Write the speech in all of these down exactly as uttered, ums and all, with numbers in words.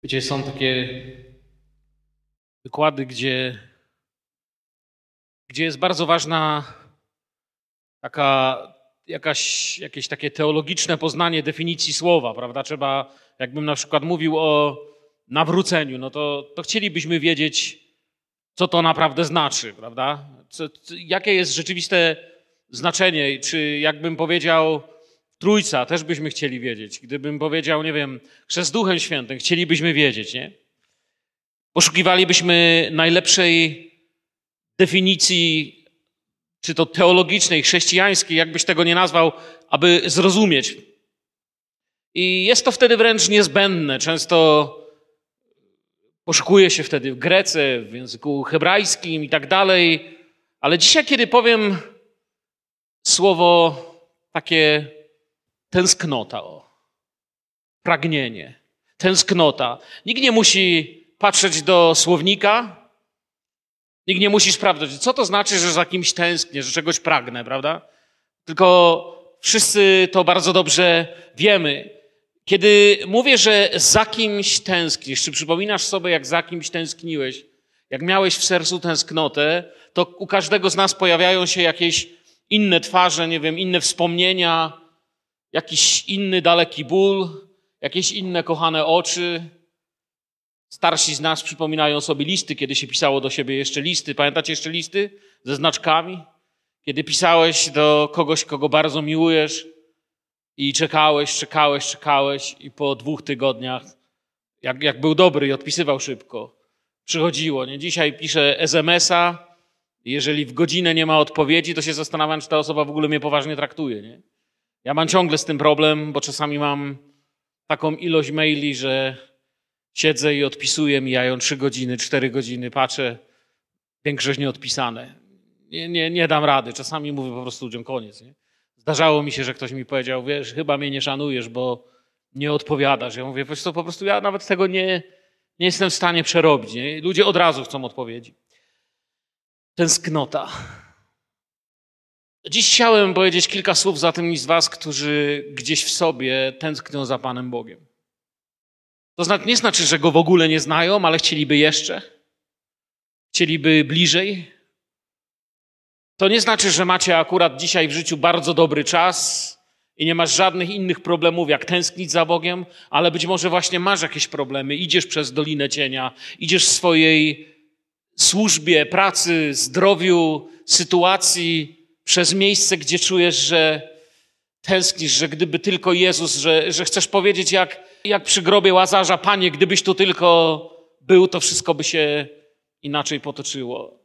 Wiecie, są takie wykłady, gdzie, gdzie jest bardzo ważna taka jakaś, jakieś takie teologiczne poznanie definicji słowa, prawda? Trzeba, jakbym na przykład mówił o nawróceniu, no to, to chcielibyśmy wiedzieć, co to naprawdę znaczy, prawda? Co, co, jakie jest rzeczywiste znaczenie, czy jakbym powiedział Trójca, też byśmy chcieli wiedzieć. Gdybym powiedział, nie wiem, chrzest Duchem Świętym, chcielibyśmy wiedzieć, nie? Poszukiwalibyśmy najlepszej definicji, czy to teologicznej, chrześcijańskiej, jakbyś tego nie nazwał, aby zrozumieć. I jest to wtedy wręcz niezbędne. Często poszukuje się wtedy w Grece, w języku hebrajskim i tak dalej. Ale dzisiaj, kiedy powiem słowo takie tęsknota, o, pragnienie, tęsknota. Nikt nie musi patrzeć do słownika, nikt nie musi sprawdzać, co to znaczy, że za kimś tęsknię, że czegoś pragnę, prawda? Tylko wszyscy to bardzo dobrze wiemy. Kiedy mówię, że za kimś tęsknisz, czy przypominasz sobie, jak za kimś tęskniłeś, jak miałeś w sercu tęsknotę, to u każdego z nas pojawiają się jakieś inne twarze, nie wiem, inne wspomnienia, jakiś inny daleki ból, jakieś inne kochane oczy. Starsi z nas przypominają sobie listy, kiedy się pisało do siebie jeszcze listy. Pamiętacie jeszcze listy ze znaczkami? Kiedy pisałeś do kogoś, kogo bardzo miłujesz i czekałeś, czekałeś, czekałeś i po dwóch tygodniach, jak, jak był dobry i odpisywał szybko, przychodziło. Nie? Dzisiaj piszę es em es a i jeżeli w godzinę nie ma odpowiedzi, to się zastanawiam, czy ta osoba w ogóle mnie poważnie traktuje. Nie? Ja mam ciągle z tym problem, bo czasami mam taką ilość maili, że siedzę i odpisuję, mijają trzy godziny, cztery godziny, patrzę, większość nieodpisane. Nie, nie, nie dam rady. Czasami mówię po prostu ludziom koniec. Nie? Zdarzało mi się, że ktoś mi powiedział, wiesz, chyba mnie nie szanujesz, bo nie odpowiadasz. Ja mówię, wiesz co, po prostu ja nawet tego nie, nie jestem w stanie przerobić. Nie? Ludzie od razu chcą odpowiedzi. Tęsknota. Dziś chciałem powiedzieć kilka słów za tymi z was, którzy gdzieś w sobie tęsknią za Panem Bogiem. To nie znaczy, że Go w ogóle nie znają, ale chcieliby jeszcze. Chcieliby bliżej. To nie znaczy, że macie akurat dzisiaj w życiu bardzo dobry czas i nie masz żadnych innych problemów, jak tęsknić za Bogiem, ale być może właśnie masz jakieś problemy. Idziesz przez Dolinę Cienia, idziesz w swojej służbie, pracy, zdrowiu, sytuacji, przez miejsce, gdzie czujesz, że tęsknisz, że gdyby tylko Jezus, że, że chcesz powiedzieć jak, jak przy grobie Łazarza, Panie, gdybyś tu tylko był, to wszystko by się inaczej potoczyło.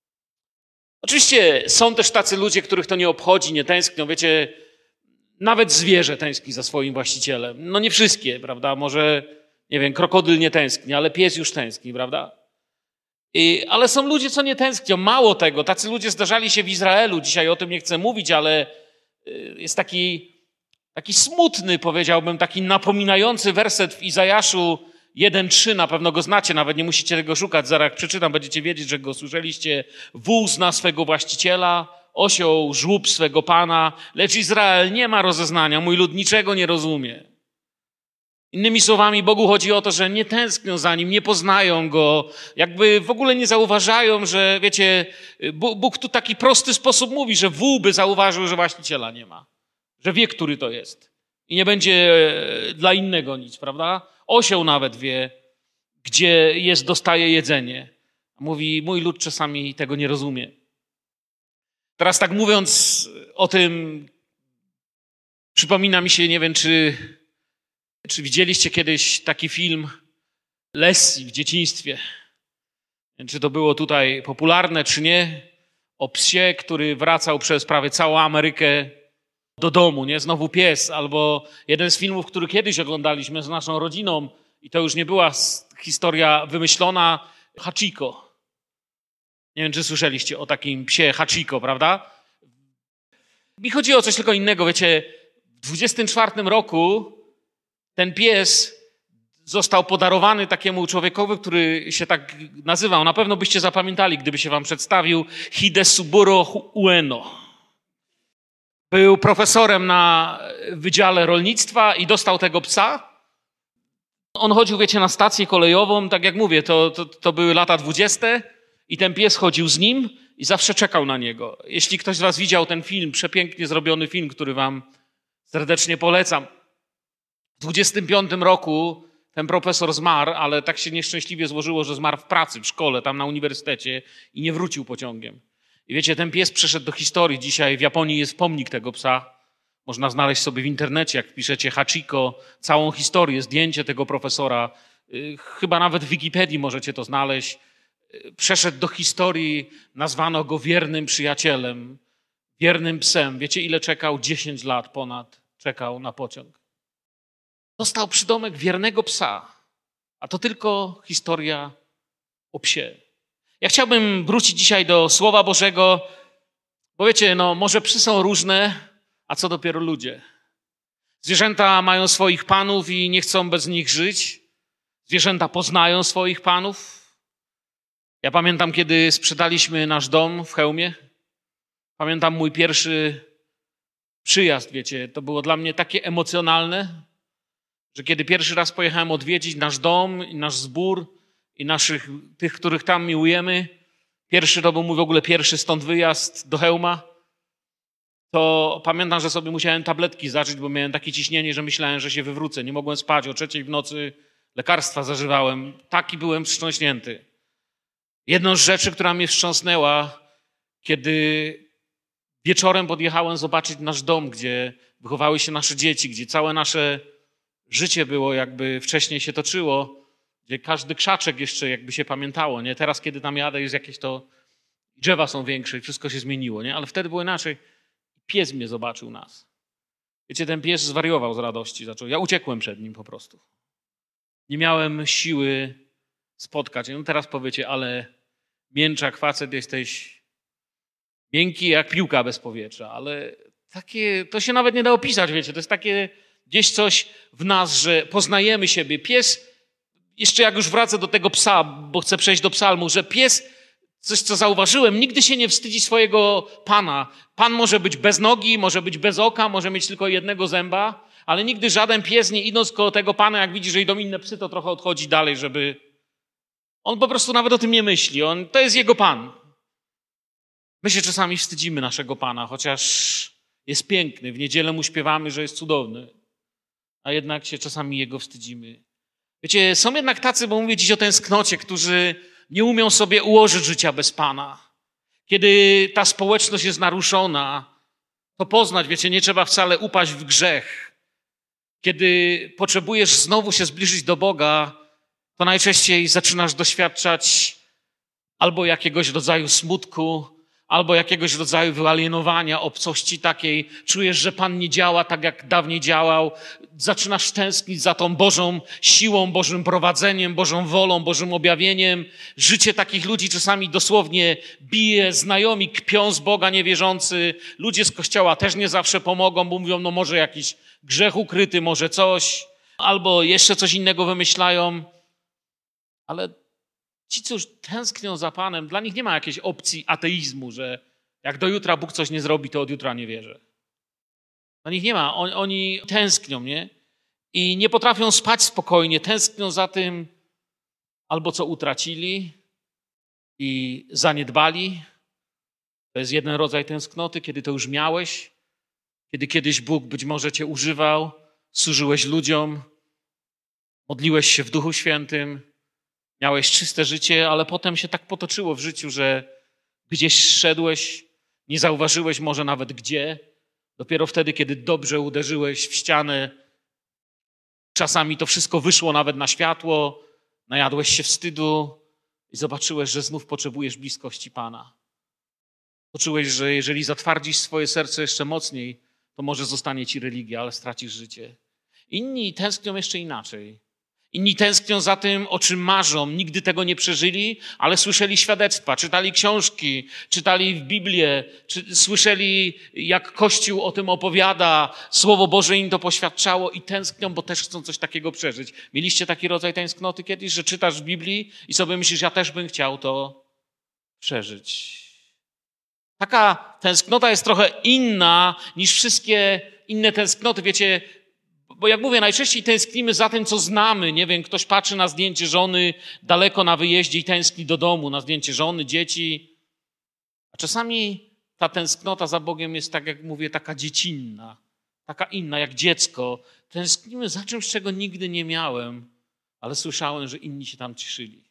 Oczywiście są też tacy ludzie, których to nie obchodzi, nie tęsknią. Wiecie, nawet zwierzę tęskni za swoim właścicielem. No nie wszystkie, prawda? Może, nie wiem, krokodyl nie tęskni, ale pies już tęskni, prawda? I, ale są ludzie, co nie tęsknią. Mało tego, tacy ludzie zdarzali się w Izraelu. Dzisiaj o tym nie chcę mówić, ale jest taki, taki smutny, powiedziałbym, taki napominający werset w Izajaszu jeden trzy. Na pewno go znacie, nawet nie musicie tego szukać. Zaraz jak przeczytam, będziecie wiedzieć, że go słyszeliście. Wół zna swego właściciela, osioł żłób swego pana, lecz Izrael nie ma rozeznania, mój lud niczego nie rozumie. Innymi słowami, Bogu chodzi o to, że nie tęsknią za Nim, nie poznają Go, jakby w ogóle nie zauważają, że wiecie, Bóg tu w taki prosty sposób mówi, że wół by zauważył, że właściciela nie ma, że wie, który to jest i nie będzie dla innego nic, prawda? Osioł nawet wie, gdzie jest, dostaje jedzenie. Mówi, mój lud czasami tego nie rozumie. Teraz tak mówiąc o tym, przypomina mi się, nie wiem, czy Czy widzieliście kiedyś taki film Lassie w dzieciństwie? Czy to było tutaj popularne, czy nie? O psie, który wracał przez prawie całą Amerykę do domu, nie? Znowu pies. Albo jeden z filmów, który kiedyś oglądaliśmy z naszą rodziną i to już nie była historia wymyślona, Hachiko. Nie wiem, czy słyszeliście o takim psie Hachiko, prawda? Mi chodzi o coś tylko innego. Wiecie, w dwudziestym czwartym roku ten pies został podarowany takiemu człowiekowi, który się tak nazywał. Na pewno byście zapamiętali, gdyby się wam przedstawił. Hidesuburo Ueno. Był profesorem na Wydziale Rolnictwa i dostał tego psa. On chodził, wiecie, na stację kolejową, tak jak mówię, to, to, to były lata dwudzieste i ten pies chodził z nim i zawsze czekał na niego. Jeśli ktoś z was widział ten film, przepięknie zrobiony film, który wam serdecznie polecam. W dwudziestym piątym roku ten profesor zmarł, ale tak się nieszczęśliwie złożyło, że zmarł w pracy, w szkole, tam na uniwersytecie i nie wrócił pociągiem. I wiecie, ten pies przeszedł do historii. Dzisiaj w Japonii jest pomnik tego psa. Można znaleźć sobie w internecie, jak piszecie Hachiko, całą historię, zdjęcie tego profesora. Chyba nawet w Wikipedii możecie to znaleźć. Przeszedł do historii, nazwano go wiernym przyjacielem, wiernym psem. Wiecie, ile czekał? dziesięć lat ponad czekał na pociąg. Dostał przydomek wiernego psa, a to tylko historia o psie. Ja chciałbym wrócić dzisiaj do Słowa Bożego, bo wiecie, no może psy są różne, a co dopiero ludzie. Zwierzęta mają swoich panów i nie chcą bez nich żyć. Zwierzęta poznają swoich panów. Ja pamiętam, kiedy sprzedaliśmy nasz dom w Chełmie. Pamiętam mój pierwszy przyjazd, wiecie. To było dla mnie takie emocjonalne, że kiedy pierwszy raz pojechałem odwiedzić nasz dom i nasz zbór i naszych, tych, których tam miłujemy, pierwszy to był mój w ogóle pierwszy stąd wyjazd do Chełma, to pamiętam, że sobie musiałem tabletki zażyć, bo miałem takie ciśnienie, że myślałem, że się wywrócę. Nie mogłem spać, o trzeciej w nocy lekarstwa zażywałem. Taki byłem wstrząśnięty. Jedną z rzeczy, która mnie wstrząsnęła, kiedy wieczorem podjechałem zobaczyć nasz dom, gdzie wychowały się nasze dzieci, gdzie całe nasze życie było, jakby wcześniej się toczyło, gdzie każdy krzaczek jeszcze jakby się pamiętało, nie? Teraz, kiedy tam jadę, jest jakieś to... drzewa są większe i wszystko się zmieniło, nie? Ale wtedy było inaczej. Pies mnie zobaczył nas. Wiecie, ten pies zwariował z radości. Zaczął. Ja uciekłem przed nim po prostu. Nie miałem siły spotkać. No teraz powiecie, ale mięczak, facet, jesteś miękki jak piłka bez powietrza. Ale takie, to się nawet nie da opisać, wiecie. To jest takie gdzieś coś w nas, że poznajemy siebie. Pies, jeszcze jak już wracę do tego psa, bo chcę przejść do psalmu, że pies, coś co zauważyłem, nigdy się nie wstydzi swojego pana. Pan może być bez nogi, może być bez oka, może mieć tylko jednego zęba, ale nigdy żaden pies nie idąc koło tego pana, jak widzi, że idą inne psy, to trochę odchodzi dalej, żeby... On po prostu nawet o tym nie myśli. On, to jest jego pan. My się czasami wstydzimy naszego pana, chociaż jest piękny. W niedzielę mu śpiewamy, że jest cudowny. A jednak się czasami jego wstydzimy. Wiecie, są jednak tacy, bo mówię dziś o tęsknocie, którzy nie umią sobie ułożyć życia bez Pana. Kiedy ta społeczność jest naruszona, to poznać, wiecie, nie trzeba wcale upaść w grzech. Kiedy potrzebujesz znowu się zbliżyć do Boga, to najczęściej zaczynasz doświadczać albo jakiegoś rodzaju smutku, albo jakiegoś rodzaju wyalienowania, obcości takiej. Czujesz, że Pan nie działa tak, jak dawniej działał. Zaczynasz tęsknić za tą Bożą siłą, Bożym prowadzeniem, Bożą wolą, Bożym objawieniem. Życie takich ludzi czasami dosłownie bije. Znajomi kpią z Boga niewierzący. Ludzie z Kościoła też nie zawsze pomogą, bo mówią, no może jakiś grzech ukryty, może coś. Albo jeszcze coś innego wymyślają. Ale ci, co już tęsknią za Panem, dla nich nie ma jakiejś opcji ateizmu, że jak do jutra Bóg coś nie zrobi, to od jutra nie wierzę. Dla nich nie ma. Oni, oni tęsknią, nie? I nie potrafią spać spokojnie. Tęsknią za tym, albo co utracili i zaniedbali. To jest jeden rodzaj tęsknoty, kiedy to już miałeś, kiedy kiedyś Bóg być może cię używał, służyłeś ludziom, modliłeś się w Duchu Świętym, miałeś czyste życie, ale potem się tak potoczyło w życiu, że gdzieś szedłeś, nie zauważyłeś może nawet gdzie. Dopiero wtedy, kiedy dobrze uderzyłeś w ścianę, czasami to wszystko wyszło nawet na światło, najadłeś się wstydu i zobaczyłeś, że znów potrzebujesz bliskości Pana. Poczułeś, że jeżeli zatwardzisz swoje serce jeszcze mocniej, to może zostanie ci religia, ale stracisz życie. Inni tęsknią jeszcze inaczej. Inni tęsknią za tym, o czym marzą. Nigdy tego nie przeżyli, ale słyszeli świadectwa, czytali książki, czytali w Biblię, czy, słyszeli, jak Kościół o tym opowiada. Słowo Boże im to poświadczało i tęsknią, bo też chcą coś takiego przeżyć. Mieliście taki rodzaj tęsknoty kiedyś, że czytasz w Biblii i sobie myślisz, ja też bym chciał to przeżyć. Taka tęsknota jest trochę inna niż wszystkie inne tęsknoty. Wiecie, bo jak mówię, najczęściej tęsknimy za tym, co znamy. Nie wiem, ktoś patrzy na zdjęcie żony daleko na wyjeździe i tęskni do domu, na zdjęcie żony, dzieci. A czasami ta tęsknota za Bogiem jest, tak jak mówię, taka dziecinna, taka inna, jak dziecko. Tęsknimy za czymś, czego nigdy nie miałem, ale słyszałem, że inni się tam cieszyli.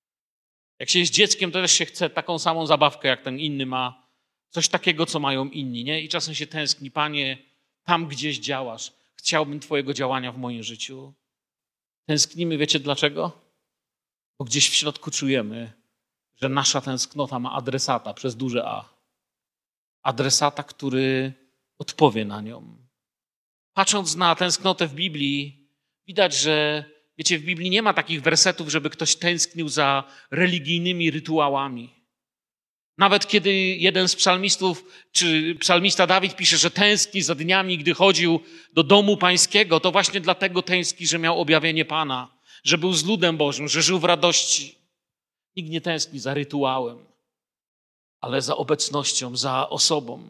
Jak się jest dzieckiem, to też się chce taką samą zabawkę, jak ten inny ma. Coś takiego, co mają inni, nie? I czasem się tęskni, Panie, tam gdzieś działasz. Chciałbym Twojego działania w moim życiu. Tęsknimy, wiecie dlaczego? Bo gdzieś w środku czujemy, że nasza tęsknota ma adresata przez duże A. Adresata, który odpowie na nią. Patrząc na tęsknotę w Biblii, widać, że wiecie, w Biblii nie ma takich wersetów, żeby ktoś tęsknił za religijnymi rytuałami. Nawet kiedy jeden z psalmistów, czy psalmista Dawid pisze, że tęskni za dniami, gdy chodził do domu pańskiego, to właśnie dlatego tęskni, że miał objawienie Pana, że był z ludem Bożym, że żył w radości. Nikt nie tęskni za rytuałem, ale za obecnością, za osobą.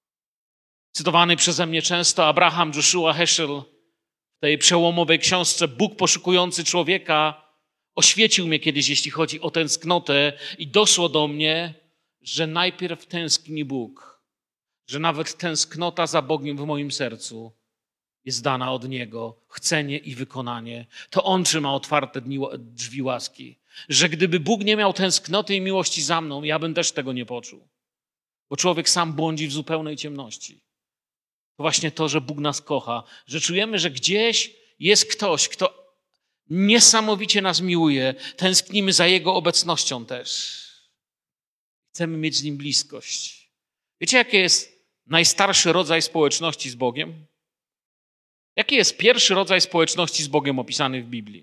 Cytowany przeze mnie często Abraham Joshua Heschel w tej przełomowej książce Bóg poszukujący człowieka oświecił mnie kiedyś, jeśli chodzi o tęsknotę i doszło do mnie, że najpierw tęskni Bóg, że nawet tęsknota za Bogiem w moim sercu jest dana od Niego, chcenie i wykonanie. To On trzyma otwarte drzwi łaski, że gdyby Bóg nie miał tęsknoty i miłości za mną, ja bym też tego nie poczuł, bo człowiek sam błądzi w zupełnej ciemności. To właśnie to, że Bóg nas kocha, że czujemy, że gdzieś jest ktoś, kto niesamowicie nas miłuje, tęsknimy za Jego obecnością też. Chcemy mieć z Nim bliskość. Wiecie, jaki jest najstarszy rodzaj społeczności z Bogiem? Jaki jest pierwszy rodzaj społeczności z Bogiem opisany w Biblii?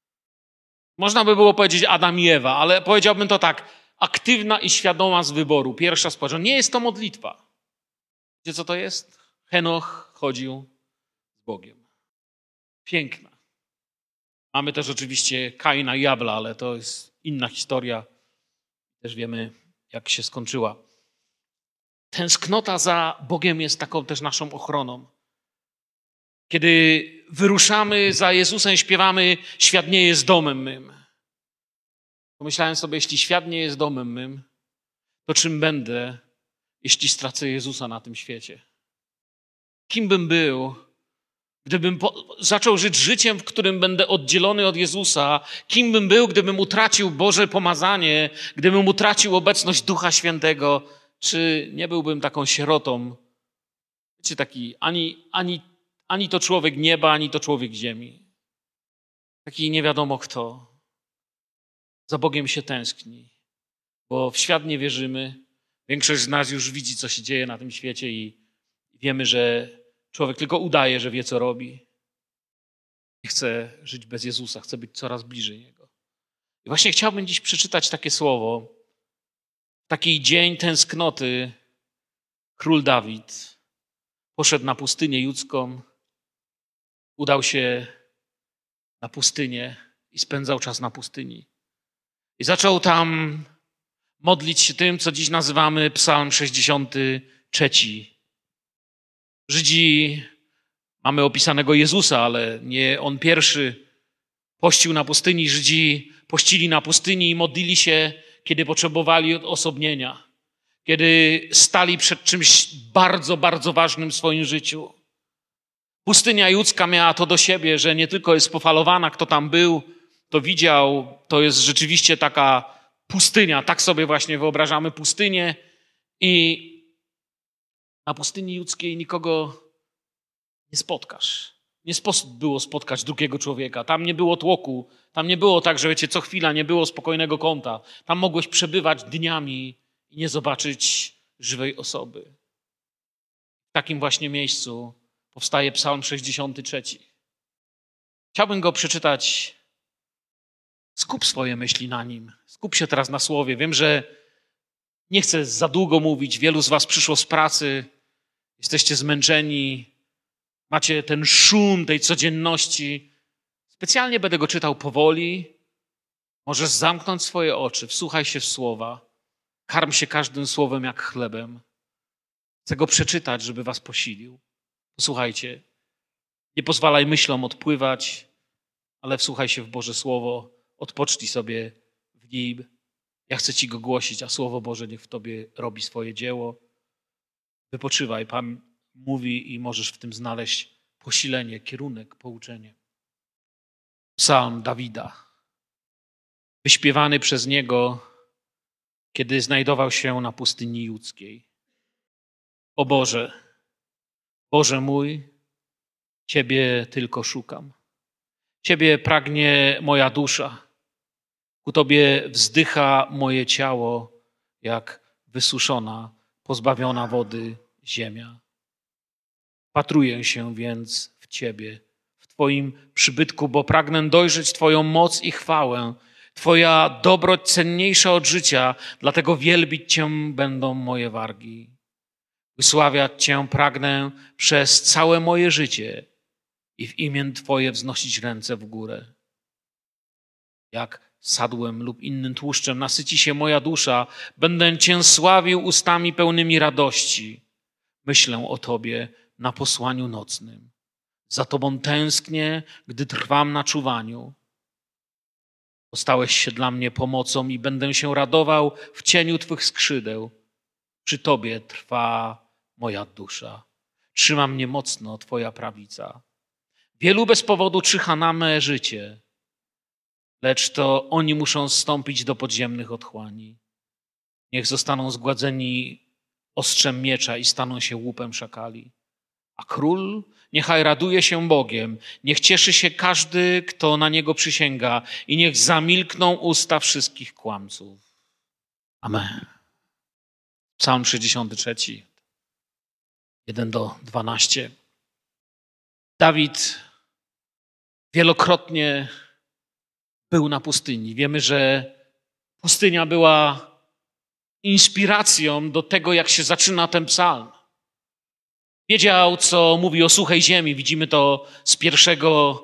Można by było powiedzieć Adam i Ewa, ale powiedziałbym to tak. Aktywna i świadoma z wyboru. Pierwsza społeczność. Nie jest to modlitwa. Wiecie, co to jest? Henoch chodził z Bogiem. Piękna. Mamy też oczywiście Kaina i Abla, ale to jest inna historia. Też wiemy, jak się skończyła. Tęsknota za Bogiem jest taką też naszą ochroną. Kiedy wyruszamy za Jezusem, śpiewamy Świat nie jest domem mym. Pomyślałem sobie, jeśli świat nie jest domem mym, to czym będę, jeśli stracę Jezusa na tym świecie? Kim bym był, gdybym po, zaczął żyć życiem, w którym będę oddzielony od Jezusa? Kim bym był, gdybym utracił Boże pomazanie, gdybym utracił obecność Ducha Świętego? Czy nie byłbym taką sierotą? Wiecie, taki ani, ani, ani to człowiek nieba, ani to człowiek ziemi. Taki nie wiadomo kto. Za Bogiem się tęskni, bo w świat nie wierzymy. Większość z nas już widzi, co się dzieje na tym świecie i wiemy, że człowiek tylko udaje, że wie, co robi. Nie chce żyć bez Jezusa, chce być coraz bliżej Niego. I właśnie chciałbym dziś przeczytać takie słowo. Taki dzień tęsknoty król Dawid poszedł na pustynię judzką, udał się na pustynię i spędzał czas na pustyni. I zaczął tam modlić się tym, co dziś nazywamy Psalm sześćdziesiąty trzeci. Żydzi, mamy opisanego Jezusa, ale nie On pierwszy pościł na pustyni. Żydzi pościli na pustyni i modlili się, kiedy potrzebowali odosobnienia, kiedy stali przed czymś bardzo, bardzo ważnym w swoim życiu. Pustynia judzka miała to do siebie, że nie tylko jest pofalowana, kto tam był, to widział, to jest rzeczywiście taka pustynia. Tak sobie właśnie wyobrażamy pustynię i na pustyni judzkiej nikogo nie spotkasz. Nie sposób było spotkać drugiego człowieka. Tam nie było tłoku. Tam nie było tak, że wiecie, co chwila nie było spokojnego kąta. Tam mogłeś przebywać dniami i nie zobaczyć żywej osoby. W takim właśnie miejscu powstaje Psalm sześćdziesiąty trzeci. Chciałbym go przeczytać. Skup swoje myśli na nim. Skup się teraz na słowie. Wiem, że nie chcę za długo mówić. Wielu z was przyszło z pracy. Jesteście zmęczeni. Macie ten szum tej codzienności. Specjalnie będę go czytał powoli. Możesz zamknąć swoje oczy. Wsłuchaj się w słowa. Karm się każdym słowem jak chlebem. Chcę go przeczytać, żeby was posilił. Posłuchajcie. Nie pozwalaj myślom odpływać, ale wsłuchaj się w Boże Słowo, odpocznij sobie w nim. Ja chcę Ci go głosić, a Słowo Boże niech w Tobie robi swoje dzieło. Wypoczywaj, Pan mówi i możesz w tym znaleźć posilenie, kierunek, pouczenie. Psalm Dawida, wyśpiewany przez niego, kiedy znajdował się na pustyni judzkiej. O Boże, Boże mój, Ciebie tylko szukam. Ciebie pragnie moja dusza. Ku Tobie wzdycha moje ciało, jak wysuszona, pozbawiona wody ziemia. Patruję się więc w Ciebie, w Twoim przybytku, bo pragnę dojrzeć Twoją moc i chwałę. Twoja dobroć cenniejsza od życia, dlatego wielbić Cię będą moje wargi. Wysławiać Cię pragnę przez całe moje życie i w imię Twoje wznosić ręce w górę. Jak sadłem lub innym tłuszczem nasyci się moja dusza, będę Cię sławił ustami pełnymi radości. Myślę o Tobie na posłaniu nocnym. Za Tobą tęsknię, gdy trwam na czuwaniu. Stałeś się dla mnie pomocą i będę się radował w cieniu Twych skrzydeł. Przy Tobie trwa moja dusza. Trzyma mnie mocno Twoja prawica. Wielu bez powodu czyha na me życie, lecz to oni muszą zstąpić do podziemnych otchłani. Niech zostaną zgładzeni ostrzem miecza i staną się łupem szakali. A król niechaj raduje się Bogiem, niech cieszy się każdy, kto na Niego przysięga i niech zamilkną usta wszystkich kłamców. Amen. Psalm sześćdziesiąty trzeci, jeden do dwunastu. Dawid wielokrotnie był na pustyni. Wiemy, że pustynia była inspiracją do tego, jak się zaczyna ten psalm. Wiedział, co mówi o suchej ziemi. Widzimy to z pierwszego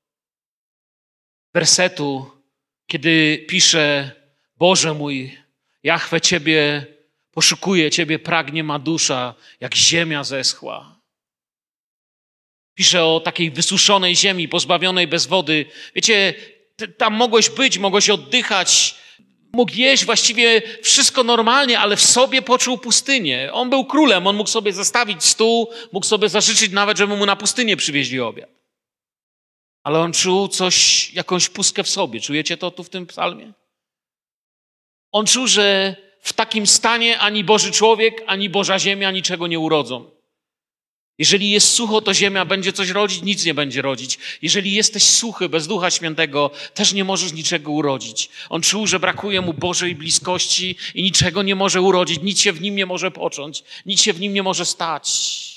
wersetu, kiedy pisze: Boże mój, Jahwe, Ciebie poszukuje, Ciebie pragnie ma dusza, jak ziemia zeschła. Pisze o takiej wysuszonej ziemi, pozbawionej bez wody. Wiecie, tam mogłeś być, mogłeś oddychać, mógł jeść właściwie wszystko normalnie, ale w sobie poczuł pustynię. On był królem, on mógł sobie zastawić stół, mógł sobie zażyczyć nawet, żeby mu na pustynię przywieźli obiad. Ale on czuł coś, jakąś pustkę w sobie. Czujecie to tu w tym psalmie? On czuł, że w takim stanie ani Boży człowiek, ani Boża ziemia niczego nie urodzą. Jeżeli jest sucho, to ziemia będzie coś rodzić, nic nie będzie rodzić. Jeżeli jesteś suchy, bez Ducha Świętego, też nie możesz niczego urodzić. On czuł, że brakuje mu Bożej bliskości i niczego nie może urodzić, nic się w nim nie może począć, nic się w nim nie może stać.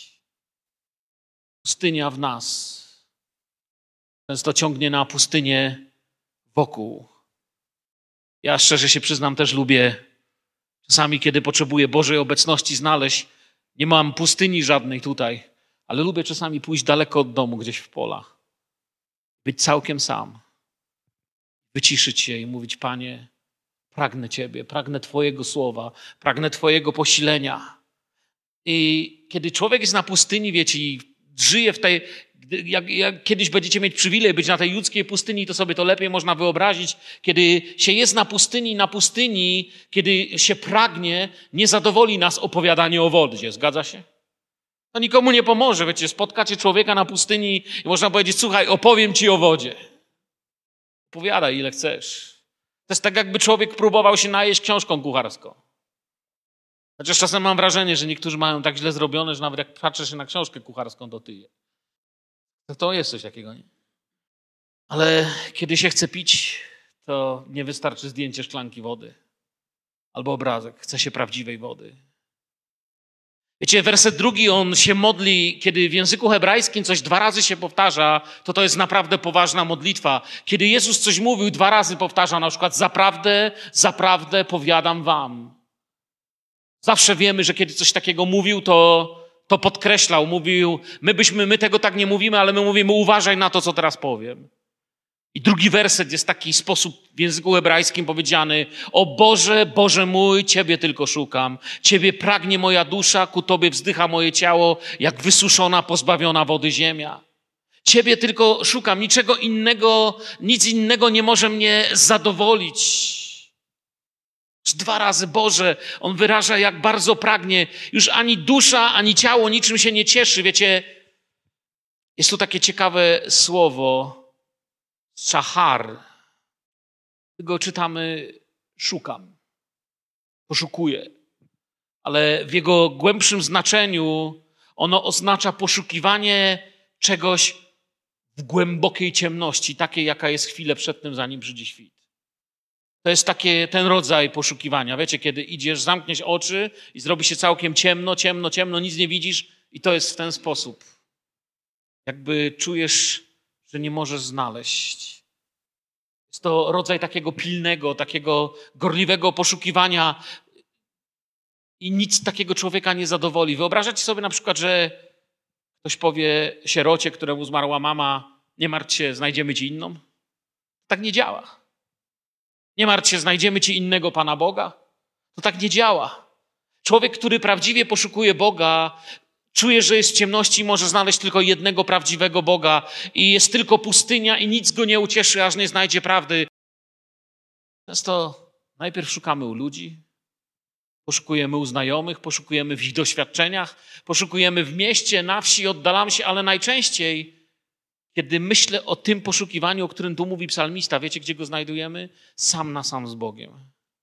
Pustynia w nas często ciągnie na pustynię wokół. Ja szczerze się przyznam, też lubię czasami, kiedy potrzebuję Bożej obecności znaleźć. Nie mam pustyni żadnej tutaj, ale lubię czasami pójść daleko od domu, gdzieś w polach. Być całkiem sam. Wyciszyć się i mówić: Panie, pragnę Ciebie, pragnę Twojego słowa, pragnę Twojego posilenia. I kiedy człowiek jest na pustyni, wiecie, i żyje w tej... Jak, jak kiedyś będziecie mieć przywilej być na tej ludzkiej pustyni, to sobie to lepiej można wyobrazić. Kiedy się jest na pustyni, na pustyni, kiedy się pragnie, nie zadowoli nas opowiadanie o wodzie. Zgadza się? To nikomu nie pomoże. Wiecie, spotkacie człowieka na pustyni i można powiedzieć: słuchaj, opowiem ci o wodzie. Opowiadaj, ile chcesz. To jest tak, jakby człowiek próbował się najeść książką kucharską. Chociaż czasem mam wrażenie, że niektórzy mają tak źle zrobione, że nawet jak patrzę się na książkę kucharską, to tyje. To jest coś takiego, nie? Ale kiedy się chce pić, to nie wystarczy zdjęcie szklanki wody albo obrazek. Chce się prawdziwej wody. Wiecie, werset drugi, on się modli, kiedy w języku hebrajskim coś dwa razy się powtarza, to to jest naprawdę poważna modlitwa. Kiedy Jezus coś mówił, dwa razy powtarza, na przykład: zaprawdę, zaprawdę powiadam wam. Zawsze wiemy, że kiedy coś takiego mówił, to To podkreślał, mówił: my byśmy, my tego tak nie mówimy, ale my mówimy: uważaj na to, co teraz powiem. I drugi werset jest w taki sposób w języku hebrajskim powiedziany: o Boże, Boże mój, Ciebie tylko szukam. Ciebie pragnie moja dusza, ku Tobie wzdycha moje ciało, jak wysuszona, pozbawiona wody ziemia. Ciebie tylko szukam, niczego innego, nic innego nie może mnie zadowolić. Dwa razy, Boże, on wyraża, jak bardzo pragnie. Już ani dusza, ani ciało niczym się nie cieszy. Wiecie, jest tu takie ciekawe słowo, szachar. Go czytamy, szukam, poszukuję. Ale w jego głębszym znaczeniu ono oznacza poszukiwanie czegoś w głębokiej ciemności, takiej, jaka jest chwilę przed tym, zanim przyjdzie świt. To jest takie, ten rodzaj poszukiwania. Wiecie, kiedy idziesz, zamkniesz oczy i zrobi się całkiem ciemno, ciemno, ciemno, nic nie widzisz i to jest w ten sposób. Jakby czujesz, że nie możesz znaleźć. Jest to rodzaj takiego pilnego, takiego gorliwego poszukiwania i nic takiego człowieka nie zadowoli. Wyobrażacie sobie na przykład, że ktoś powie sierocie, któremu zmarła mama, nie martw się, znajdziemy ci inną? Tak nie działa. Nie martw się, znajdziemy ci innego Pana Boga? To tak nie działa. Człowiek, który prawdziwie poszukuje Boga, czuje, że jest w ciemności i może znaleźć tylko jednego prawdziwego Boga i jest tylko pustynia i nic go nie ucieszy, aż nie znajdzie prawdy. Często najpierw szukamy u ludzi, poszukujemy u znajomych, poszukujemy w ich doświadczeniach, poszukujemy w mieście, na wsi, oddalamy się, ale najczęściej, kiedy myślę o tym poszukiwaniu, o którym tu mówi psalmista, wiecie, gdzie go znajdujemy? Sam na sam z Bogiem.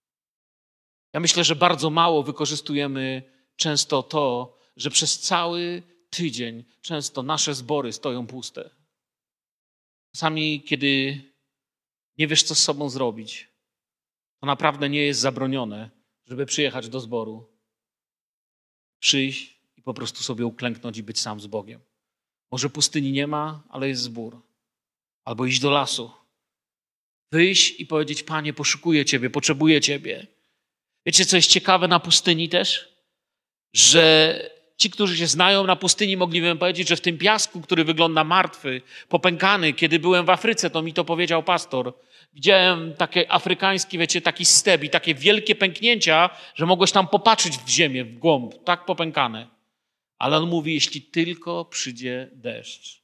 Ja myślę, że bardzo mało wykorzystujemy często to, że przez cały tydzień często nasze zbory stoją puste. Czasami, kiedy nie wiesz, co z sobą zrobić, to naprawdę nie jest zabronione, żeby przyjechać do zboru, przyjść i po prostu sobie uklęknąć i być sam z Bogiem. Może pustyni nie ma, ale jest zbór. Albo iść do lasu. Wyjść i powiedzieć, Panie, poszukuję Ciebie, potrzebuję Ciebie. Wiecie, co jest ciekawe na pustyni też? Że ci, którzy się znają na pustyni, mogliby powiedzieć, że w tym piasku, który wygląda martwy, popękany, kiedy byłem w Afryce, to mi to powiedział pastor, widziałem takie afrykański, wiecie, taki step i takie wielkie pęknięcia, że mogłeś tam popatrzeć w ziemię, w głąb, tak popękane. Ale on mówi, jeśli tylko przyjdzie deszcz,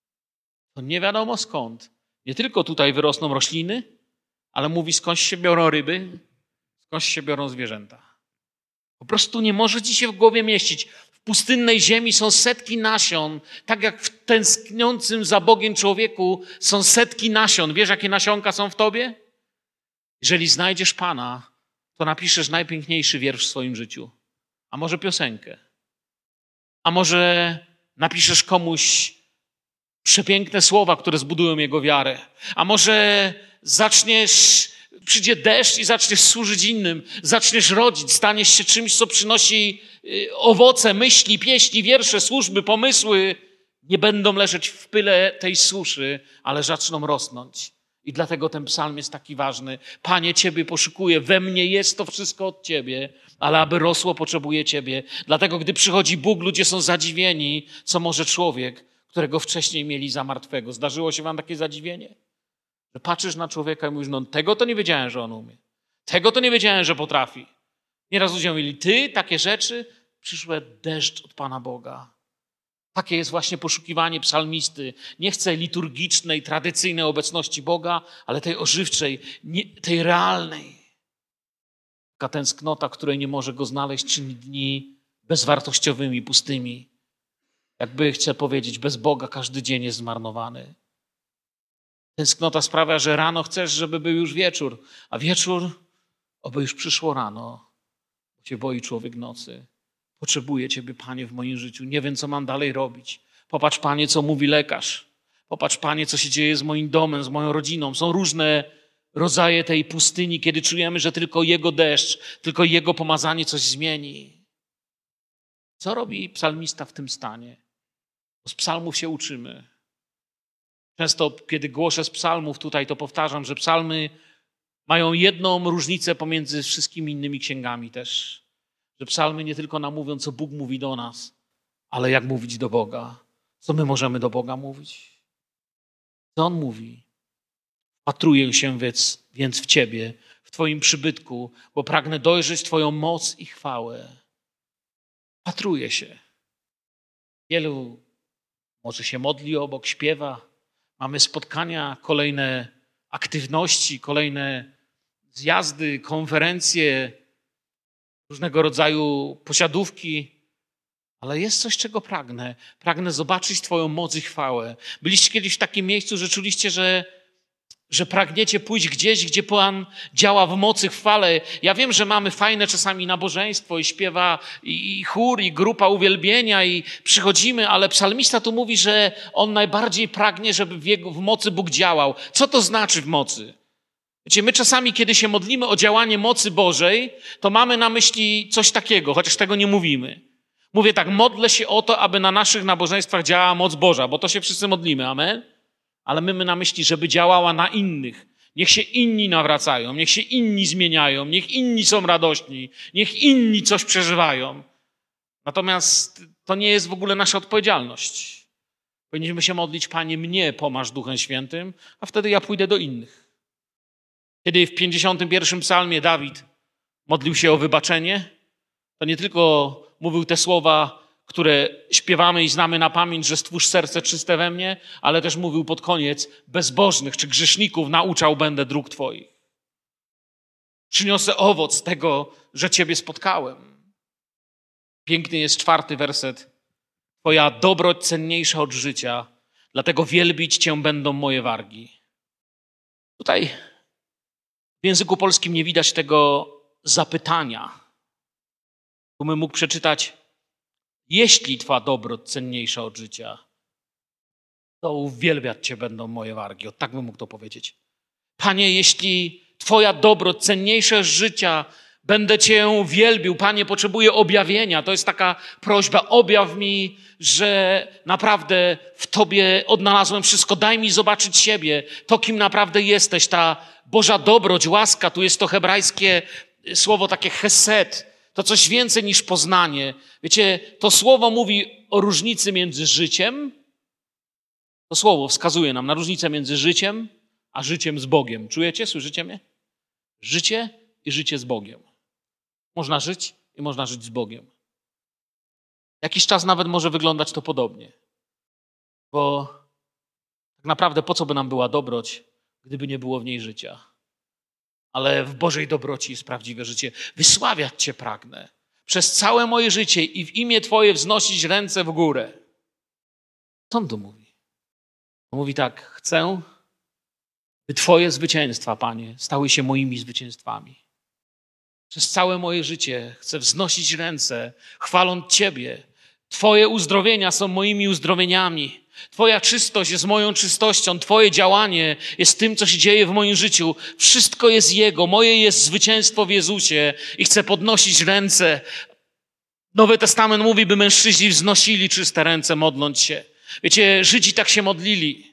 to nie wiadomo skąd. Nie tylko tutaj wyrosną rośliny, ale mówi, skądś się biorą ryby, skądś się biorą zwierzęta. Po prostu nie może ci się w głowie mieścić. W pustynnej ziemi są setki nasion, tak jak w tęskniącym za Bogiem człowieku są setki nasion. Wiesz, jakie nasionka są w tobie? Jeżeli znajdziesz Pana, to napiszesz najpiękniejszy wiersz w swoim życiu. A może piosenkę. A może napiszesz komuś przepiękne słowa, które zbudują jego wiarę. A może zaczniesz, przyjdzie deszcz i zaczniesz służyć innym. Zaczniesz rodzić, staniesz się czymś, co przynosi owoce, myśli, pieśni, wiersze, służby, pomysły. Nie będą leżeć w pyle tej suszy, ale zaczną rosnąć. I dlatego ten psalm jest taki ważny. Panie, Ciebie poszukuję, we mnie jest to wszystko od Ciebie, ale aby rosło, potrzebuję Ciebie. Dlatego, gdy przychodzi Bóg, ludzie są zadziwieni, co może człowiek, którego wcześniej mieli za martwego. Zdarzyło się wam takie zadziwienie? Że patrzysz na człowieka i mówisz, no tego to nie wiedziałem, że on umie. Tego to nie wiedziałem, że potrafi. Nieraz ludzie mówili, ty, takie rzeczy, przyszły deszcz od Pana Boga. Takie jest właśnie poszukiwanie psalmisty. Nie chce liturgicznej, tradycyjnej obecności Boga, ale tej ożywczej, nie, tej realnej. Taka tęsknota, której nie może go znaleźć, czyni dni bezwartościowymi, pustymi. Jakby chcę powiedzieć, bez Boga każdy dzień jest zmarnowany. Tęsknota sprawia, że rano chcesz, żeby był już wieczór, a wieczór, oby już przyszło rano, bo Cię boi człowiek nocy. Potrzebuję Ciebie, Panie, w moim życiu. Nie wiem, co mam dalej robić. Popatrz, Panie, co mówi lekarz. Popatrz, Panie, co się dzieje z moim domem, z moją rodziną. Są różne rodzaje tej pustyni, kiedy czujemy, że tylko Jego deszcz, tylko Jego pomazanie coś zmieni. Co robi psalmista w tym stanie? Bo z psalmów się uczymy. Często, kiedy głoszę z psalmów tutaj, to powtarzam, że psalmy mają jedną różnicę pomiędzy wszystkimi innymi księgami też. Że psalmy nie tylko nam mówią, co Bóg mówi do nas, ale jak mówić do Boga. Co my możemy do Boga mówić? Co On mówi? Wpatruję się więc, więc w Ciebie, w Twoim przybytku, bo pragnę dojrzeć Twoją moc i chwałę. Wpatruję się. Wielu Może się modli obok, śpiewa. Mamy spotkania, kolejne aktywności, kolejne zjazdy, konferencje, różnego rodzaju posiadówki. Ale jest coś, czego pragnę. Pragnę zobaczyć Twoją moc i chwałę. Byliście kiedyś w takim miejscu, że czuliście, że, że pragniecie pójść gdzieś, gdzie Pan działa w mocy, chwale. Ja wiem, że mamy fajne czasami nabożeństwo i śpiewa i, i chór, i grupa uwielbienia i przychodzimy, ale psalmista tu mówi, że on najbardziej pragnie, żeby w, jego, w mocy Bóg działał. Co to znaczy w mocy? Wiecie, my czasami, kiedy się modlimy o działanie mocy Bożej, to mamy na myśli coś takiego, chociaż tego nie mówimy. Mówię tak, modlę się o to, aby na naszych nabożeństwach działała moc Boża, bo to się wszyscy modlimy, amen? Ale my mamy na myśli, żeby działała na innych. Niech się inni nawracają, niech się inni zmieniają, niech inni są radośni, niech inni coś przeżywają. Natomiast to nie jest w ogóle nasza odpowiedzialność. Powinniśmy się modlić, Panie, mnie pomaż Duchem Świętym, a wtedy ja pójdę do innych. Kiedy w pięćdziesiątym pierwszym psalmie Dawid modlił się o wybaczenie, to nie tylko mówił te słowa, które śpiewamy i znamy na pamięć, że stwórz serce czyste we mnie, ale też mówił pod koniec, bezbożnych czy grzeszników nauczał będę dróg Twoich. Przyniosę owoc tego, że Ciebie spotkałem. Piękny jest czwarty werset. Twoja dobroć cenniejsza od życia, dlatego wielbić Cię będą moje wargi. Tutaj w języku polskim nie widać tego zapytania. Tu bym mógł przeczytać, jeśli Twa dobroć cenniejsza od życia, to uwielbiać Cię będą moje wargi. O, tak bym mógł to powiedzieć. Panie, jeśli Twoja dobroć cenniejsza od życia, będę Cię wielbił. Panie, potrzebuję objawienia. To jest taka prośba. Objaw mi, że naprawdę w Tobie odnalazłem wszystko. Daj mi zobaczyć siebie. To, kim naprawdę jesteś. Ta Boża dobroć, łaska. Tu jest to hebrajskie słowo takie chesed. To coś więcej niż poznanie. Wiecie, to słowo mówi o różnicy między życiem. To słowo wskazuje nam na różnicę między życiem a życiem z Bogiem. Czujecie? Słyszycie mnie? Życie i życie z Bogiem. Można żyć i można żyć z Bogiem. Jakiś czas nawet może wyglądać to podobnie. Bo tak naprawdę po co by nam była dobroć, gdyby nie było w niej życia? Ale w Bożej dobroci jest prawdziwe życie. Wysławiać Cię pragnę. Przez całe moje życie i w imię Twoje wznosić ręce w górę. Co on tu mówi? On mówi tak, chcę, by Twoje zwycięstwa, Panie, stały się moimi zwycięstwami. Przez całe moje życie chcę wznosić ręce, chwaląc Ciebie. Twoje uzdrowienia są moimi uzdrowieniami. Twoja czystość jest moją czystością. Twoje działanie jest tym, co się dzieje w moim życiu. Wszystko jest Jego. Moje jest zwycięstwo w Jezusie i chcę podnosić ręce. Nowy Testament mówi, by mężczyźni wznosili czyste ręce, modląc się. Wiecie, Żydzi tak się modlili.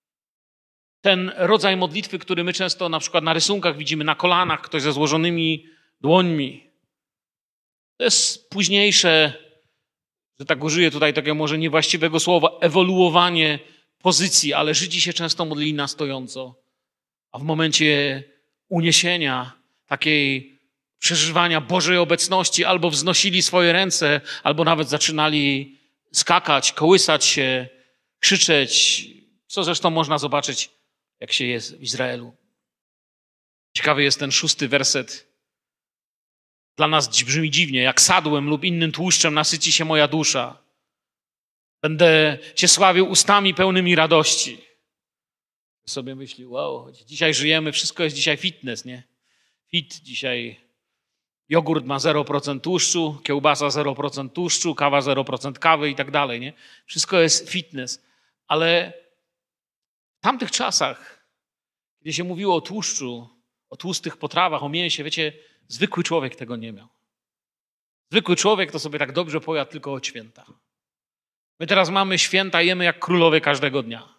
Ten rodzaj modlitwy, który my często na przykład na rysunkach widzimy na kolanach, ktoś ze złożonymi dłońmi. To jest późniejsze, że tak użyję tutaj takiego może niewłaściwego słowa, ewoluowanie pozycji, ale Żydzi się często modlili na stojąco. A w momencie uniesienia, takiej przeżywania Bożej obecności albo wznosili swoje ręce, albo nawet zaczynali skakać, kołysać się, krzyczeć, co zresztą można zobaczyć, jak się jest w Izraelu. Ciekawy jest ten szósty werset. Dla nas brzmi dziwnie, jak sadłem lub innym tłuszczem nasyci się moja dusza. Będę Cię sławił ustami pełnymi radości. Sobie myśli, wow, dzisiaj żyjemy, wszystko jest dzisiaj fitness, nie? Fit dzisiaj, jogurt ma zero procent tłuszczu, kiełbasa zero procent tłuszczu, kawa zero procent kawy i tak dalej, nie? Wszystko jest fitness. Ale w tamtych czasach, kiedy się mówiło o tłuszczu, o tłustych potrawach, o mięsie, wiecie, zwykły człowiek tego nie miał. Zwykły człowiek to sobie tak dobrze pojadł tylko od święta. My teraz mamy święta, jemy jak królowie każdego dnia.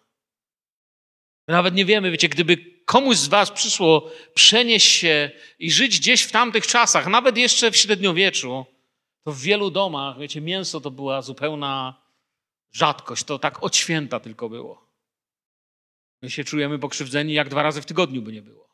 My nawet nie wiemy, wiecie, gdyby komuś z was przyszło przenieść się i żyć gdzieś w tamtych czasach, nawet jeszcze w średniowieczu, to w wielu domach, wiecie, mięso to była zupełna rzadkość. To tak od święta tylko było. My się czujemy pokrzywdzeni, jak dwa razy w tygodniu by nie było.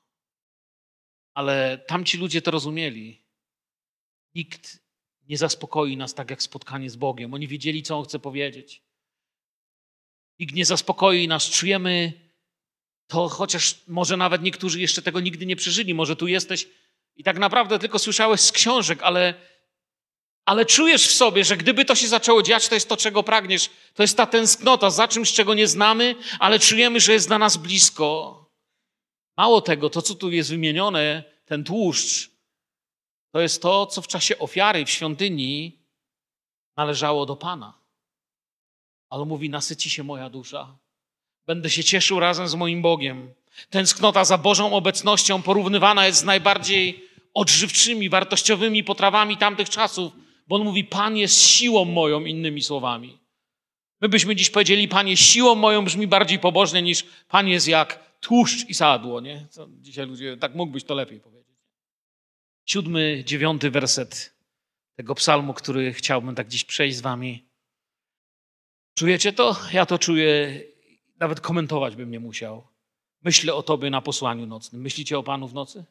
Ale tamci ludzie to rozumieli. Nikt nie zaspokoi nas tak jak spotkanie z Bogiem. Oni wiedzieli, co On chce powiedzieć. Nikt nie zaspokoi nas, czujemy to, chociaż może nawet niektórzy jeszcze tego nigdy nie przeżyli. Może tu jesteś i tak naprawdę tylko słyszałeś z książek, ale, ale czujesz w sobie, że gdyby to się zaczęło dziać, to jest to, czego pragniesz. To jest ta tęsknota za czymś, czego nie znamy, ale czujemy, że jest dla nas blisko. Mało tego, to co tu jest wymienione, ten tłuszcz, to jest to, co w czasie ofiary w świątyni należało do Pana. Ale mówi, nasyci się moja dusza. Będę się cieszył razem z moim Bogiem. Tęsknota za Bożą obecnością porównywana jest z najbardziej odżywczymi, wartościowymi potrawami tamtych czasów, bo on mówi, Pan jest siłą moją, innymi słowami. My byśmy dziś powiedzieli, Panie, siłą moją brzmi bardziej pobożnie niż Pan jest jak tłuszcz i sadło, nie? Co dzisiaj ludzie, tak mógłbyś to lepiej powiedzieć. Siódmy, dziewiąty werset tego psalmu, który chciałbym tak dziś przejść z wami. Czujecie to? Ja to czuję. Nawet komentować bym nie musiał. Myślę o Tobie na posłaniu nocnym. Myślicie o Panu w nocy?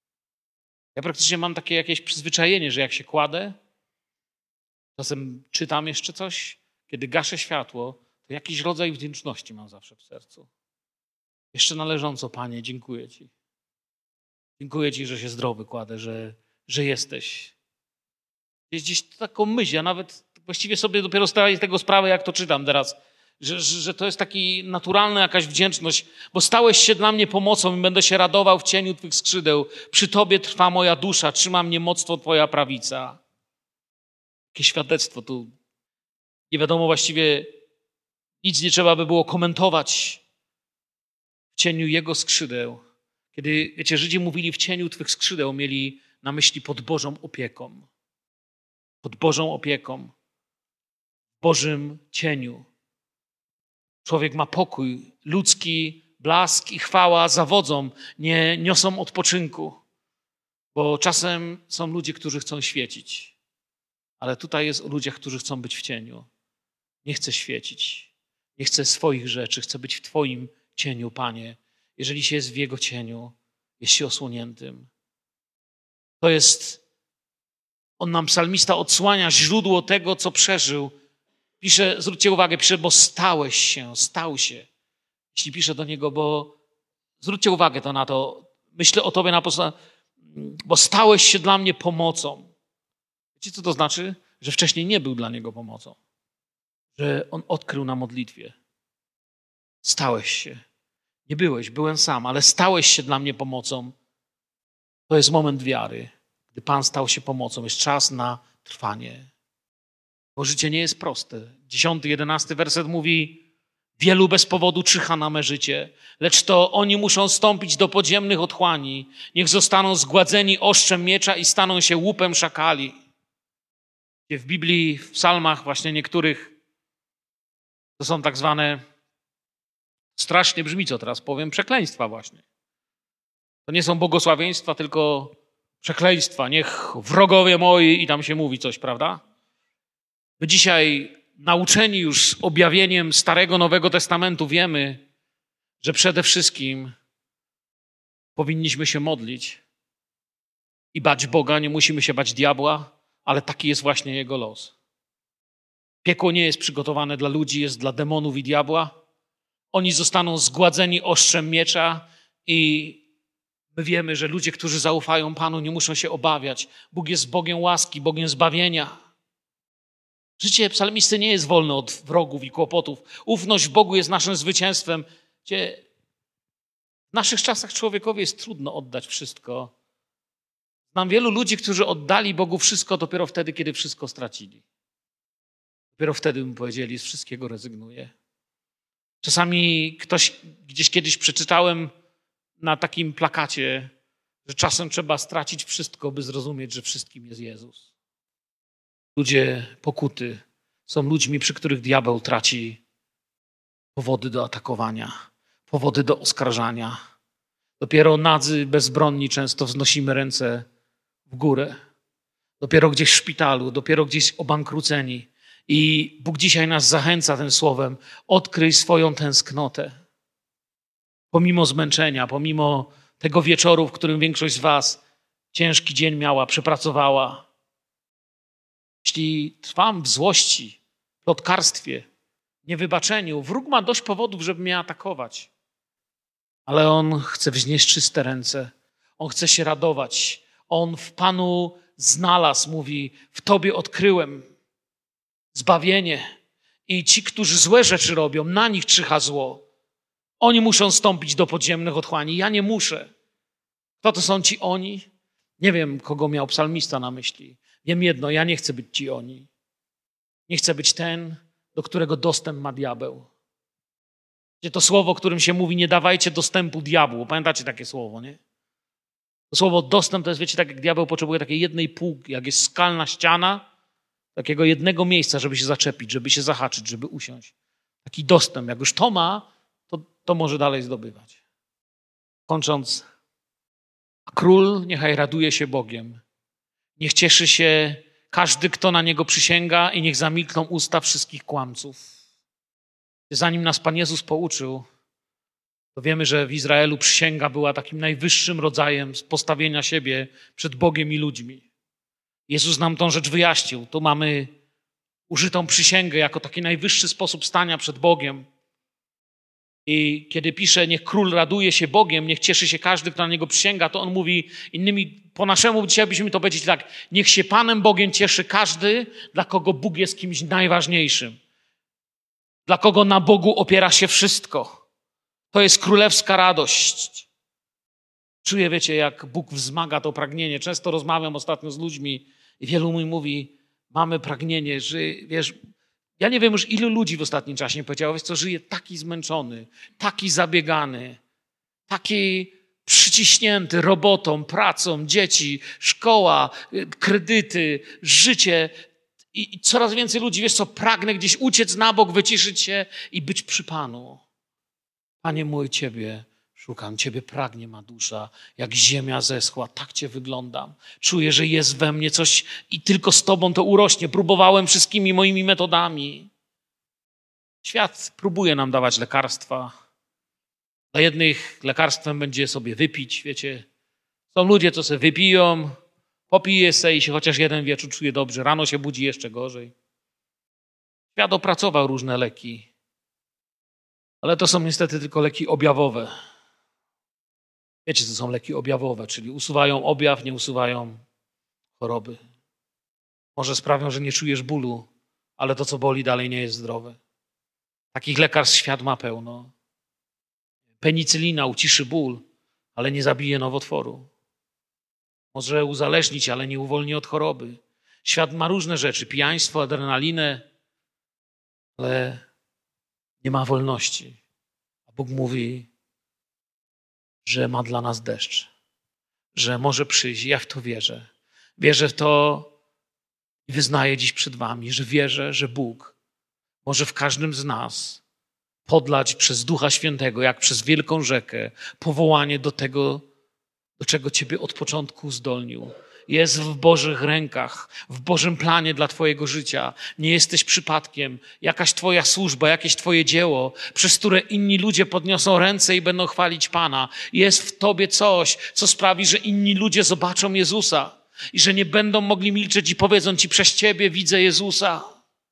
Ja praktycznie mam takie jakieś przyzwyczajenie, że jak się kładę, czasem czytam jeszcze coś, kiedy gaszę światło, to jakiś rodzaj wdzięczności mam zawsze w sercu. Jeszcze należąco, Panie, dziękuję Ci. Dziękuję Ci, że się zdrowy kładę, że, że jesteś. Jest gdzieś taką myśl, ja nawet właściwie sobie dopiero zdaję z tego sprawę, jak to czytam teraz, że, że, że to jest taki naturalna jakaś wdzięczność, bo stałeś się dla mnie pomocą i będę się radował w cieniu Twych skrzydeł. Przy Tobie trwa moja dusza, trzyma mnie mocno Twoja prawica. Jakie świadectwo tu. Nie wiadomo właściwie, nic nie trzeba by było komentować w cieniu Jego skrzydeł. Kiedy, wiecie, Żydzi mówili w cieniu Twych skrzydeł, mieli na myśli pod Bożą opieką. Pod Bożą opieką. W Bożym cieniu. Człowiek ma pokój. Ludzki blask i chwała zawodzą, nie niosą odpoczynku. Bo czasem są ludzie, którzy chcą świecić. Ale tutaj jest o ludziach, którzy chcą być w cieniu. Nie chcę świecić. Nie chcę swoich rzeczy. Chcę być w Twoim cieniu, Panie. Jeżeli się jest w Jego cieniu, jest się osłoniętym. To jest, on nam psalmista odsłania źródło tego, co przeżył. Pisze, zwróćcie uwagę, pisze, bo stałeś się, stał się. Jeśli pisze do niego, bo zwróćcie uwagę to na to. Myślę o Tobie na posłaniu, bo stałeś się dla mnie pomocą. Wiecie, co to znaczy? Że wcześniej nie był dla niego pomocą. Że on odkrył na modlitwie. Stałeś się. Nie byłeś, byłem sam, ale stałeś się dla mnie pomocą. To jest moment wiary. Gdy Pan stał się pomocą, jest czas na trwanie. Bo życie nie jest proste. Dziesiąty, jedenasty werset mówi: wielu bez powodu czyha na me życie, lecz to oni muszą stąpić do podziemnych otchłani. Niech zostaną zgładzeni ostrzem miecza i staną się łupem szakali. W Biblii, w psalmach właśnie niektórych to są tak zwane, strasznie brzmi, co teraz powiem, przekleństwa właśnie. To nie są błogosławieństwa, tylko przekleństwa. Niech wrogowie moi, i tam się mówi coś, prawda? My dzisiaj, nauczeni już objawieniem Starego, Nowego Testamentu, wiemy, że przede wszystkim powinniśmy się modlić i bać Boga. Nie musimy się bać diabła, ale taki jest właśnie jego los. Piekło nie jest przygotowane dla ludzi, jest dla demonów i diabła. Oni zostaną zgładzeni ostrzem miecza i my wiemy, że ludzie, którzy zaufają Panu, nie muszą się obawiać. Bóg jest Bogiem łaski, Bogiem zbawienia. Życie psalmisty nie jest wolne od wrogów i kłopotów. Ufność w Bogu jest naszym zwycięstwem. Gdzie w naszych czasach człowiekowi jest trudno oddać wszystko. Znam wielu ludzi, którzy oddali Bogu wszystko dopiero wtedy, kiedy wszystko stracili. Dopiero wtedy mu powiedzieli, z wszystkiego rezygnuję. Czasami ktoś, gdzieś kiedyś przeczytałem na takim plakacie, że czasem trzeba stracić wszystko, by zrozumieć, że wszystkim jest Jezus. Ludzie pokuty są ludźmi, przy których diabeł traci powody do atakowania, powody do oskarżania. Dopiero nadzy, bezbronni często wznosimy ręce w górę. Dopiero gdzieś w szpitalu, dopiero gdzieś obankruceni. I Bóg dzisiaj nas zachęca tym słowem: odkryj swoją tęsknotę. Pomimo zmęczenia, pomimo tego wieczoru, w którym większość z was ciężki dzień miała, przepracowała. Jeśli trwam w złości, plotkarstwie, niewybaczeniu. Wróg ma dość powodów, żeby mnie atakować. Ale on chce wznieść czyste ręce. On chce się radować. On w Panu znalazł, mówi, w Tobie odkryłem zbawienie. I ci, którzy złe rzeczy robią, na nich czyha zło. Oni muszą stąpić do podziemnych otchłani. Ja nie muszę. Kto to są ci oni? Nie wiem, kogo miał psalmista na myśli. Wiem jedno, ja nie chcę być ci oni. Nie chcę być ten, do którego dostęp ma diabeł. Gdzie to słowo, którym się mówi, nie dawajcie dostępu diabłu. Pamiętacie takie słowo, nie? To słowo dostęp to jest, wiecie, tak jak diabeł potrzebuje takiej jednej półki, jak jest skalna ściana, takiego jednego miejsca, żeby się zaczepić, żeby się zahaczyć, żeby usiąść. Taki dostęp. Jak już to ma, to, to może dalej zdobywać. Kończąc, król niechaj raduje się Bogiem. Niech cieszy się każdy, kto na Niego przysięga i niech zamilkną usta wszystkich kłamców. Zanim nas Pan Jezus pouczył, to wiemy, że w Izraelu przysięga była takim najwyższym rodzajem postawienia siebie przed Bogiem i ludźmi. Jezus nam tą rzecz wyjaśnił. Tu mamy użytą przysięgę jako taki najwyższy sposób stania przed Bogiem. I kiedy pisze, niech król raduje się Bogiem, niech cieszy się każdy, kto na Niego przysięga, to on mówi innymi, po naszemu dzisiaj byśmy to powiedzieli tak, niech się Panem Bogiem cieszy każdy, dla kogo Bóg jest kimś najważniejszym. Dla kogo na Bogu opiera się wszystko. To jest królewska radość. Czuję, wiecie, jak Bóg wzmaga to pragnienie. Często rozmawiam ostatnio z ludźmi i wielu mi mówi, mamy pragnienie, że wiesz, ja nie wiem już ilu ludzi w ostatnim czasie powiedziało, wiesz co, żyje taki zmęczony, taki zabiegany, taki przyciśnięty robotą, pracą, dzieci, szkoła, kredyty, życie. I coraz więcej ludzi, wiesz co, pragnę gdzieś uciec na bok, wyciszyć się i być przy Panu. Panie mój, Ciebie szukam, Ciebie pragnie ma dusza, jak ziemia zeschła, tak Cię wyglądam. Czuję, że jest we mnie coś i tylko z Tobą to urośnie. Próbowałem wszystkimi moimi metodami. Świat próbuje nam dawać lekarstwa. Dla jednych lekarstwem będzie sobie wypić, wiecie. Są ludzie, co sobie wypiją, popije se i się chociaż jeden wieczór czuje dobrze. Rano się budzi jeszcze gorzej. Świat opracował różne leki. Ale to są niestety tylko leki objawowe. Wiecie, co są leki objawowe, czyli usuwają objaw, nie usuwają choroby. Może sprawią, że nie czujesz bólu, ale to, co boli, dalej nie jest zdrowe. Takich lekarstw świat ma pełno. Penicylina uciszy ból, ale nie zabije nowotworu. Może uzależnić, ale nie uwolni od choroby. Świat ma różne rzeczy, pijaństwo, adrenalinę, ale nie ma wolności. A Bóg mówi, że ma dla nas deszcz, że może przyjść. Ja w to wierzę. Wierzę w to i wyznaję dziś przed wami, że wierzę, że Bóg może w każdym z nas podlać przez Ducha Świętego, jak przez wielką rzekę, powołanie do tego, do czego Ciebie od początku uzdolnił. Jest w Bożych rękach, w Bożym planie dla Twojego życia. Nie jesteś przypadkiem. Jakaś Twoja służba, jakieś Twoje dzieło, przez które inni ludzie podniosą ręce i będą chwalić Pana. Jest w Tobie coś, co sprawi, że inni ludzie zobaczą Jezusa i że nie będą mogli milczeć i powiedzą Ci, przez Ciebie widzę Jezusa.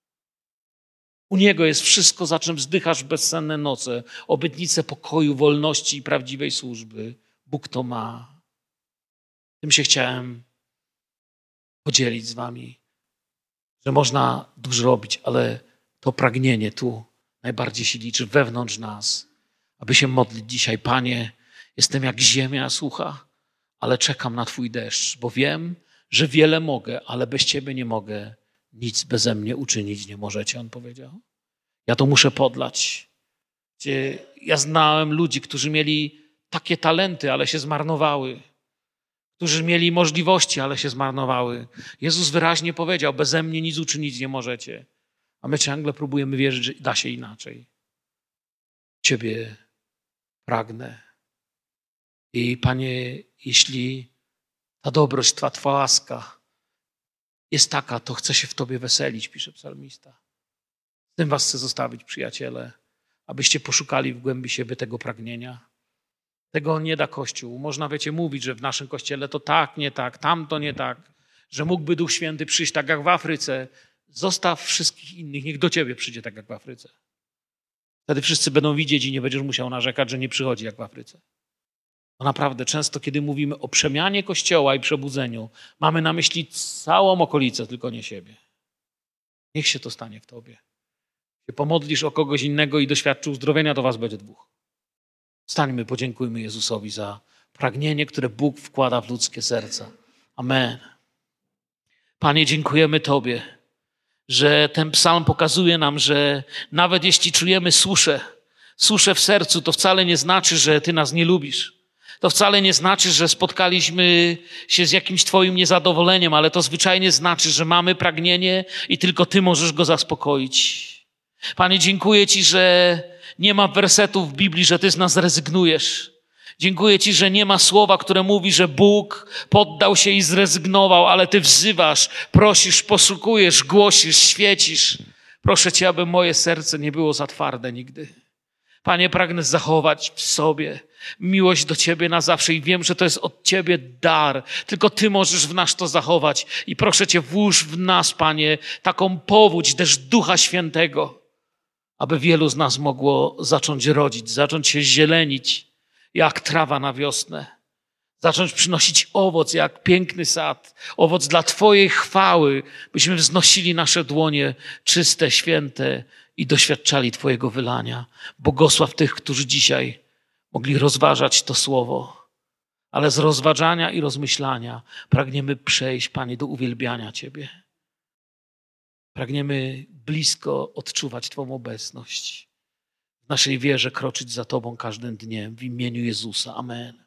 U Niego jest wszystko, za czym wzdychasz w bezsenne noce. Obietnice pokoju, wolności i prawdziwej służby. Bóg to ma. Tym się chciałem podzielić z wami, że można dużo robić, ale to pragnienie tu najbardziej się liczy wewnątrz nas, aby się modlić dzisiaj. Panie, jestem jak ziemia sucha, ale czekam na Twój deszcz, bo wiem, że wiele mogę, ale bez Ciebie nie mogę. Nic beze mnie uczynić nie możecie, on powiedział. Ja to muszę podlać. Ja znałem ludzi, którzy mieli takie talenty, ale się zmarnowały. Którzy mieli możliwości, ale się zmarnowały. Jezus wyraźnie powiedział, beze mnie nic uczynić nie możecie. A my ciągle próbujemy wierzyć, że da się inaczej. Ciebie pragnę. I Panie, jeśli ta dobroć, ta Twa łaska jest taka, to chcę się w Tobie weselić, pisze psalmista. Z tym was chcę zostawić, przyjaciele, abyście poszukali w głębi siebie tego pragnienia. Tego nie da Kościół. Można, wiecie, mówić, że w naszym Kościele to tak, nie tak, tamto nie tak, że mógłby Duch Święty przyjść tak jak w Afryce. Zostaw wszystkich innych, niech do Ciebie przyjdzie tak jak w Afryce. Wtedy wszyscy będą widzieć i nie będziesz musiał narzekać, że nie przychodzi jak w Afryce. No naprawdę, często kiedy mówimy o przemianie Kościoła i przebudzeniu, mamy na myśli całą okolicę, tylko nie siebie. Niech się to stanie w tobie. Się pomodlisz o kogoś innego i doświadczy uzdrowienia, to was będzie dwóch. Stańmy, podziękujmy Jezusowi za pragnienie, które Bóg wkłada w ludzkie serca. Amen. Panie, dziękujemy Tobie, że ten psalm pokazuje nam, że nawet jeśli czujemy suszę, suszę w sercu, to wcale nie znaczy, że Ty nas nie lubisz. To wcale nie znaczy, że spotkaliśmy się z jakimś Twoim niezadowoleniem, ale to zwyczajnie znaczy, że mamy pragnienie i tylko Ty możesz go zaspokoić. Panie, dziękuję Ci, że nie ma wersetów w Biblii, że Ty z nas rezygnujesz. Dziękuję Ci, że nie ma słowa, które mówi, że Bóg poddał się i zrezygnował, ale Ty wzywasz, prosisz, poszukujesz, głosisz, świecisz. Proszę Cię, aby moje serce nie było za twarde nigdy. Panie, pragnę zachować w sobie miłość do Ciebie na zawsze i wiem, że to jest od Ciebie dar. Tylko Ty możesz w nas to zachować. I proszę Cię, włóż w nas, Panie, taką powódź też Ducha Świętego, aby wielu z nas mogło zacząć rodzić, zacząć się zielenić jak trawa na wiosnę. Zacząć przynosić owoc jak piękny sad. Owoc dla Twojej chwały, byśmy wznosili nasze dłonie czyste, święte i doświadczali Twojego wylania. Błogosław tych, którzy dzisiaj mogli rozważać to słowo. Ale z rozważania i rozmyślania pragniemy przejść, Panie, do uwielbiania Ciebie. Pragniemy blisko odczuwać Twą obecność. W naszej wierze kroczyć za Tobą każdym dniem. W imieniu Jezusa. Amen.